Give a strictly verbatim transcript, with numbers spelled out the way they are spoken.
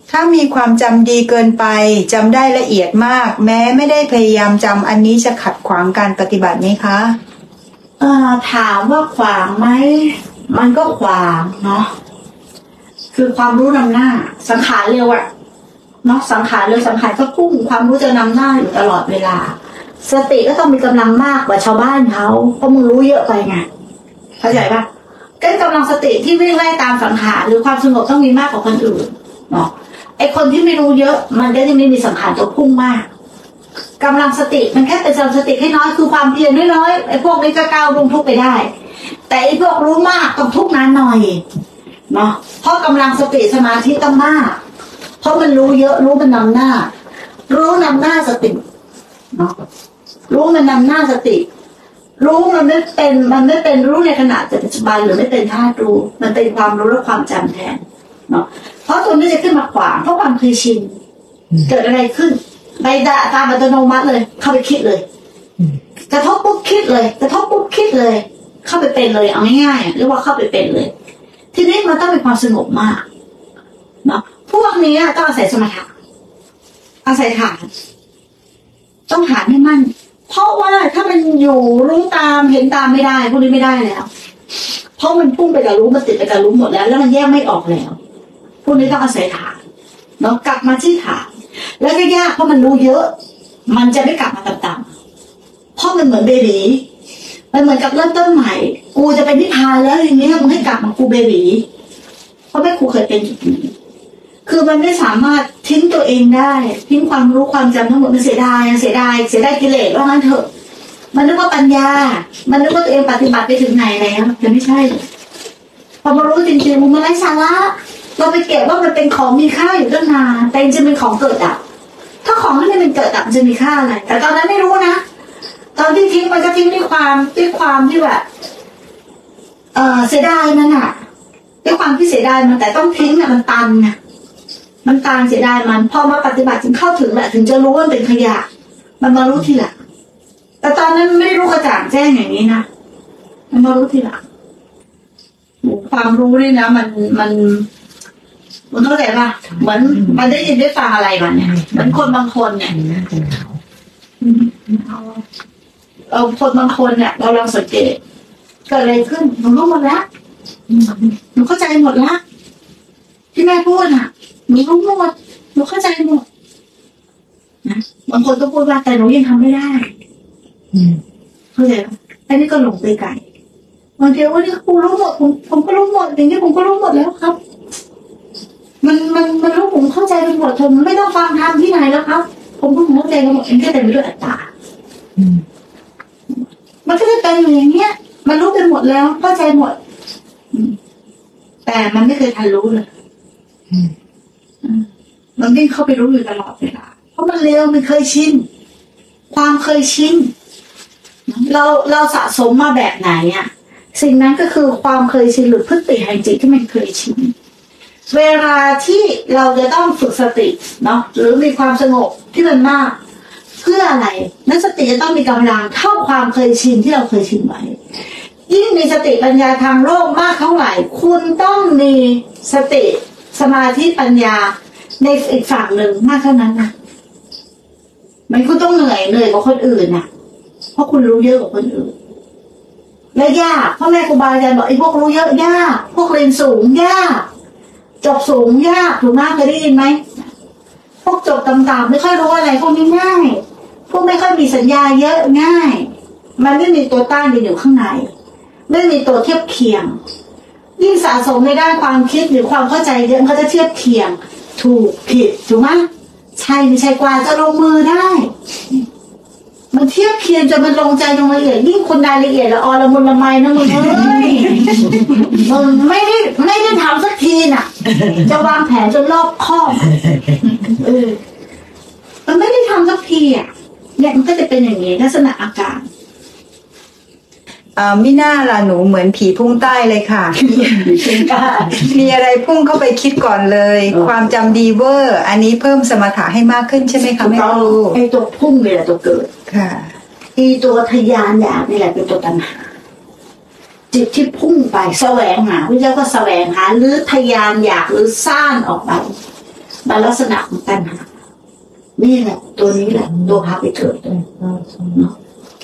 ถ้ามีความจำดีเกินไปจำได้ละเอียดมากแม้ไม่ได้พยายามจำอันนี้จะขัดขวางการปฏิบัติไหมคะเอ่อถามว่าขวางไหมมันก็ขวางเนาะคือความรู้นำหน้าสังขารเร็วอะเนาะสังขารเร็วสังขารก็พุ่งความรู้จะนำหน้าอยู่ตลอดเวลาสติก็ต้องมีกำลังมากกว่าชาวบ้านเขาเพราะมึงรู้เยอะไปไงเข้าใจปะก็กำลังสติที่วิ่งไล่ตามสังขารหรือความสงบต้องมีมากกว่าคนอื่นเนาะไอคนที่ไม่รู้เยอะมันก็จะไม่มีสังขารตัวพุ่งมากกำลังสติมันแค่เป็นสติให้น้อยคือความเพียรน้อยๆไอพวกนี้ก็ก้าวลงทุกไปได้แต่ไอพวกรู้มากต้องทุกนานหน่อยเนาะเพราะกำลังสติสมาธิต้องมากเพราะมันรู้เยอะรู้มันนำหน้ารู้นำหน้าสติเนาะรู้มันนำหน้าสติรู้มันไม่เป็นมันไม่เป็นรู้ในขณะปัจจุบันหรือไม่เป็นธาตุรู้มันเป็นความรู้และความจำแทนเนาะเพราะตัวนี้จะขึ้นมาขวางเพราะความเคยชินเกิดอะไรขึ้นไปด่าตามอัตโนมัติเลยเข้าไปคิดเลยกระทบปุ๊บคิดเลยกระทบปุ๊บคิดเลยเข้าไปเป็นเลยเอาง่ายๆเรียกว่าเข้าไปเป็นเลยทีนี้มันต้องมีความสงบมากเนาะพวกนี้ต้องอาศัยสมถะอาศัยฐานต้องฐานให้มั่นเพราะว่าถ้ามันอยู่รู้ตามเห็นตามไม่ได้พวกนี้ไม่ได้แล้วเพราะมันพุ่งไปกับรู้มันติดไปกับรู้หมดแล้วแล้วมันแยกไม่ออกแล้วพวกนี้ต้องอาศัยฐานเนาะกลับมาที่ฐานแล้วก็ยากเพราะมันรู้เยอะมันจะไม่กลับมาต่ำๆเพราะมันเหมือนเบบีมันเหมือนกับเริ่มต้นใหม่กูจะเป็นนิพพานแล้วอย่างนี้มึงให้กลับมากูเบบีเพราะแม่ครูเคยเป็นจุดนี้คือมันไม่สามารถทิ้งตัวเองได้ทิ้งความรู้ความจำทั้งหมดมันเสียดายเสียดายเสียดายกิเลสว่างั้นเถอะมันนึกว่าปัญญามันนึกว่าตัวเองปฏิบัติไปถึงไหนแล้วแต่ไม่ใช่พอมารู้จริงๆมันไร้สาระเราไปเก็บว่ามันเป็นของมีค่าอยู่ตั้งนานแต่จริงๆเป็นของเกิดดับถ้าของที่มันเกิดดับมันจะมีค่าอะไรแต่ตอนนั้นไม่รู้นะตอนที่ทิ้งมันก็ทิ้งด้วยความด้วยความที่แบบเออเสียดายมันอะด้วยความที่เสียดายมันแต่ต้องทิ้งอะมันตันไงมันตันเสียดายมันพอมาปฏิบัติถึงเข้าถึงแหละถึงจะรู้ว่ามันเป็นขยะมันมารู้ทีหลังแต่ตอนนั้นไม่ได้รู้กระจ่างแจ้งอย่างนี้นะมันมารู้ทีหลังความรู้นี่นะมันมันมันเข้าใจป่ะเหมือนมันได้ยินได้ฟังอะไรมันเนี่ยเหมือนคนบางคนเนี่ยเอาคนบางคนเนี่ยเราลองสังเกตเกิดอะไรขึ้นหนูรู้หมดแล้วหนูเข้าใจหมดแล้วที่แม่พูดอ่ะหนูรู้หมดหนูเข้าใจหมดนะบางคนก็พูดว่าแต่หนูยังทำไม่ได้เข้าใจป่ะอันนี้ก็หลงไปไกลบางทีว่านี่ครูรู้หมดผมผมก็รู้หมดอย่างนี้ผมก็รู้หมดแล้วครับมันมันมันรู้ผมเข้าใจไปหมดผมไม่ต้องฟังธรรมที่ไหนแล้วครับผมก็เข้าใจไปหมดเองแค่แต่ไม่รู้อัตตามันก็จะเป็นอย่างเงี้ยมันรู้ไปหมดแล้วเข้าใจหมดแต่มันไม่เคยทันรู้เลยมันวิ่งเข้าไปรู้อยู่ตลอดเวลาเพราะมันเร็วมันเคยชินความเคยชินเราเราสะสมมาแบบไหนอ่ะสิ่งนั้นก็คือความเคยชินหรือพฤติแห่งจิตที่มันเคยชินเวลาที่เราจะต้องฝึกสติเนาะหรือมีความสงบที่มันมากเพื่ออะไรนั่นสติจะต้องมีกำลังเท่าความเคยชินที่เราเคยชินไว้ยิ่งมีสติปัญญาทางโลกมากเท่าไหร่คุณต้องมีสติสมาธิปัญญาในอีกฝั่งหนึ่งมากเท่านั้นนะมันคุณต้องเหนื่อยเหนื่อยกว่าคนอื่นน่ะเพราะคุณรู้เยอะกว่าคนอื่นและยากพ่อแม่ครูบาอาจารย์บอกไอ้พวกรู้เยอะยากพวกเรียนสูงยากจบสูงยากถูกมากเคยได้ยินไหมพวกจบต่ำๆไม่ค่อยรู้อะไรพวกนี้ง่ายพวกไม่ค่อยมีสัญญาเยอะง่ายมันไม่มีตัวต้านอยู่ข้างในไม่มีตัวเทียบเคียงยิ่งสะสมในด้านความคิดหรือความเข้าใจเยอะเขาจะเทียบเคียงถูกผิดถูกไหมใช่ไม่ใช่กว่าจะลงมือได้มันเทียบเคียงจนมันลงใจลงละเอียดยิ่งคนรายละเอียดละออละมุนละไมนะมึงเอ้ยมึงไม่ได้ไม่ได้ทำสักทีน่ะจะวางแผนจนรอบคอบเออมันไม่ได้ทำสักทีอ่ะเนี่ยมันก็จะเป็นอย่างนี้ลักษณะอาการอ่ามิน่าล่ะหนูเหมือนผีพุ่งใต้เลยค่ะ มีอะไรพุ่งเข้าไปคิดก่อนเลยความจำดีเวอร์อันนี้เพิ่มสมถะให้มากขึ้นใช่ไหมคะแม่ครูไอตัวพุ่งนี่แหละตัวเกิดค่ะไอตัวทยานอยากนี่แหละเป็นตัวตัณหาจิตที่พุ่งไปแสวงหาพระเจ้าก็แสวงหาหรือทยานอยากหรือสร้างออกไปมันลักษณะของตัณหานี่แหละตัวนี้แหละตัวพาไปเกิดเลยเนาะ